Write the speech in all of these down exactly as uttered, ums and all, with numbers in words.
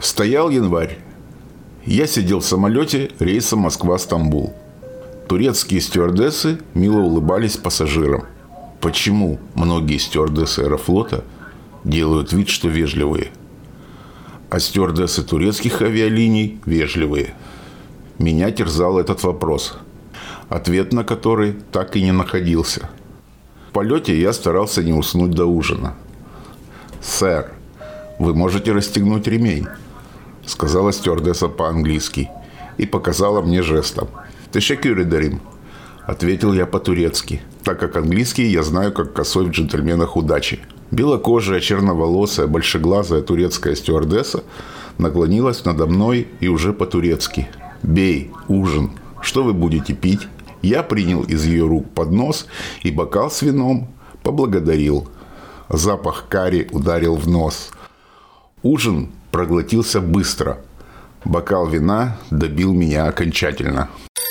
Стоял январь. Я сидел в самолете рейса Москва-Стамбул. Турецкие стюардессы мило улыбались пассажирам. Почему многие стюардессы Аэрофлота делают вид, что вежливые, а стюардессы турецких авиалиний вежливые? Меня терзал этот вопрос, ответ на который так и не находился. В полете я старался не уснуть до ужина. «Сэр, вы можете расстегнуть ремень», — сказала стюардесса по-английски и показала мне жестом. «Тешекюр эдерим», — ответил я по-турецки, так как английский я знаю как косой в «Джентльменах удачи». Белокожая, черноволосая, большеглазая турецкая стюардесса наклонилась надо мной и уже по-турецки. «Бей, ужин. Что вы будете пить?» Я принял из ее рук поднос и бокал с вином, поблагодарил. Запах карри ударил в нос. Ужин проглотился быстро. Бокал вина добил меня окончательно.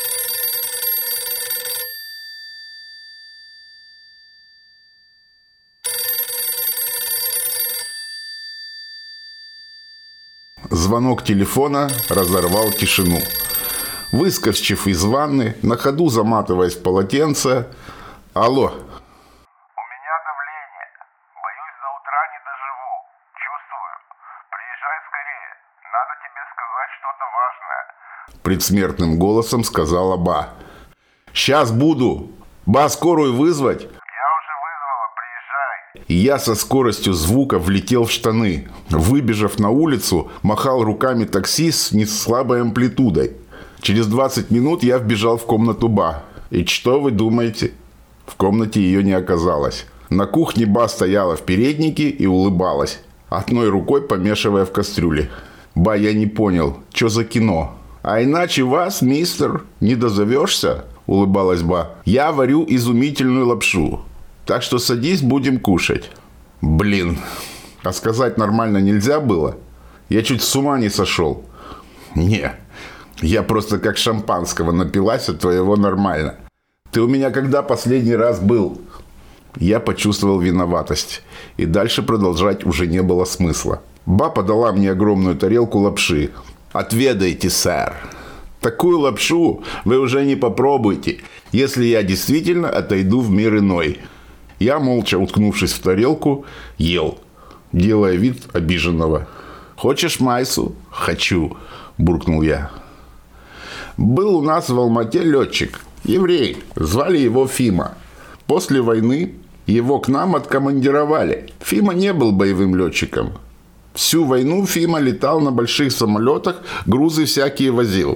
Звонок телефона разорвал тишину. Выскочив из ванны, на ходу заматываясь в полотенце: «Алло!» «У меня давление. Боюсь, до утра не доживу. Чувствую. Приезжай скорее. Надо тебе сказать что-то важное», — предсмертным голосом сказала Ба. «Сейчас буду. Ба, скорую вызвать?» «Я уже вызвала. Приезжай». И я со скоростью звука влетел в штаны. Выбежав на улицу, махал руками таксист с неслабой амплитудой. Через двадцать минут я вбежал в комнату Ба. И что вы думаете? В комнате ее не оказалось. На кухне Ба стояла в переднике и улыбалась, одной рукой помешивая в кастрюле. «Ба, я не понял, что за кино?» «А иначе вас, мистер, не дозовешься?» — улыбалась Ба. «Я варю изумительную лапшу. Так что садись, будем кушать». Блин, а сказать нормально нельзя было? Я чуть с ума не сошел. Не, я просто как шампанского напилась от твоего нормально. Ты у меня когда последний раз был? Я почувствовал виноватость, и дальше продолжать уже не было смысла. Ба подала мне огромную тарелку лапши. «Отведайте, сэр. Такую лапшу вы уже не попробуете, если я действительно отойду в мир иной». Я, молча уткнувшись в тарелку, ел, делая вид обиженного. «Хочешь майсу?» «Хочу», – буркнул я. Был у нас в Алмате летчик, еврей, звали его Фима. После войны его к нам откомандировали. Фима не был боевым летчиком. Всю войну Фима летал на больших самолетах, грузы всякие возил.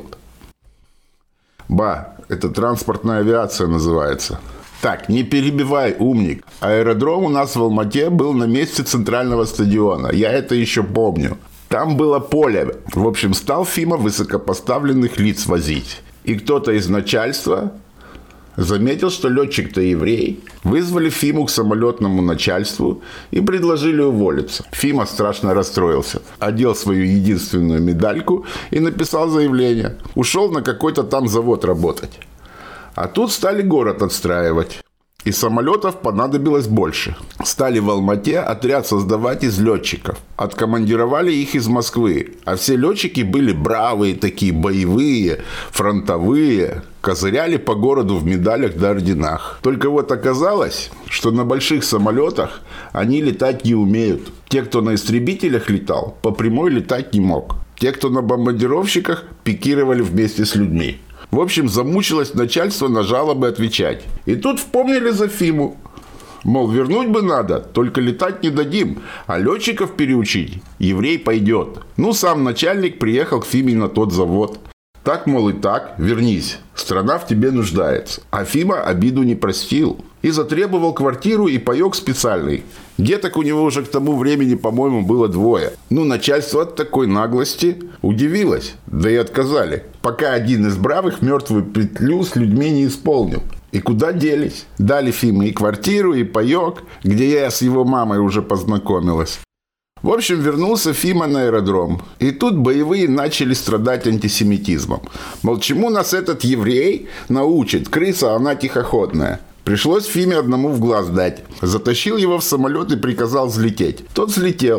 Ба, это транспортная авиация называется. Так, не перебивай, умник. Аэродром у нас в Алмате был на месте центрального стадиона. Я это еще помню. Там было поле. В общем, стал Фима высокопоставленных лиц возить. И кто-то из начальства заметил, что летчик-то еврей. Вызвали Фиму к самолетному начальству и предложили уволиться. Фима страшно расстроился. Одел свою единственную медальку и написал заявление. Ушел на какой-то там завод работать. А тут стали город отстраивать. И самолетов понадобилось больше. Стали в Алмате отряд создавать из летчиков. Откомандировали их из Москвы. А все летчики были бравые такие, боевые, фронтовые. Козыряли по городу в медалях да орденах. Только вот оказалось, что на больших самолетах они летать не умеют. Те, кто на истребителях летал, по прямой летать не мог. Те, кто на бомбардировщиках, пикировали вместе с людьми. В общем, замучилось начальство на жалобы отвечать. И тут вспомнили за Фиму. Мол, вернуть бы надо, только летать не дадим, а летчиков переучить еврей пойдет. Ну, сам начальник приехал к Фиме на тот завод. Так, мол, и так, вернись, страна в тебе нуждается. А Фима обиду не простил и затребовал квартиру и паёк специальный. Деток у него уже к тому времени, по-моему, было двое. Ну, начальство от такой наглости удивилось, да и отказали, пока один из бравых мертвую петлю с людьми не исполнил. И куда делись? Дали Фиме и квартиру, и паёк, где я с его мамой уже познакомилась. В общем, вернулся Фима на аэродром. И тут боевые начали страдать антисемитизмом. Мол, чему нас этот еврей научит? Крыса, она тихоходная. Пришлось Фиме одному в глаз дать. Затащил его в самолет и приказал взлететь. Тот взлетел.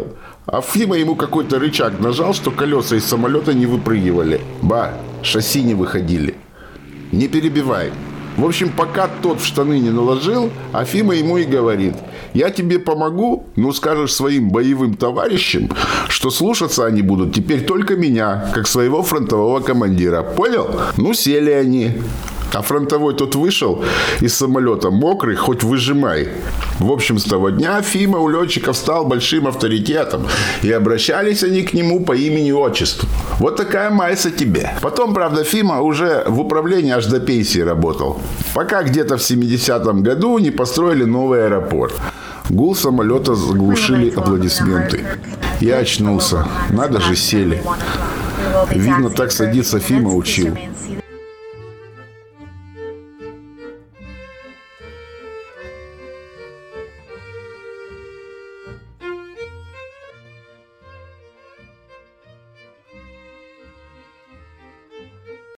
А Фима ему какой-то рычаг нажал, что колеса из самолета не выпрыгивали. Ба, шасси не выходили. Не перебивай. В общем, пока тот в штаны не наложил, а Фима ему и говорит: я тебе помогу, но скажешь своим боевым товарищам, что слушаться они будут теперь только меня, как своего фронтового командира. Понял? Ну, сели они. А фронтовой тот вышел из самолета мокрый, хоть выжимай. В общем, с того дня Фима у летчиков стал большим авторитетом, и обращались они к нему по имени-отчеству. Вот такая майса тебе. Потом, правда, Фима уже в управлении аж до пенсии работал. Пока где-то в семидесятом году не построили новый аэропорт. Гул самолета заглушили аплодисменты. Я очнулся. Надо же, сели. Видно, так садиться Фима учил.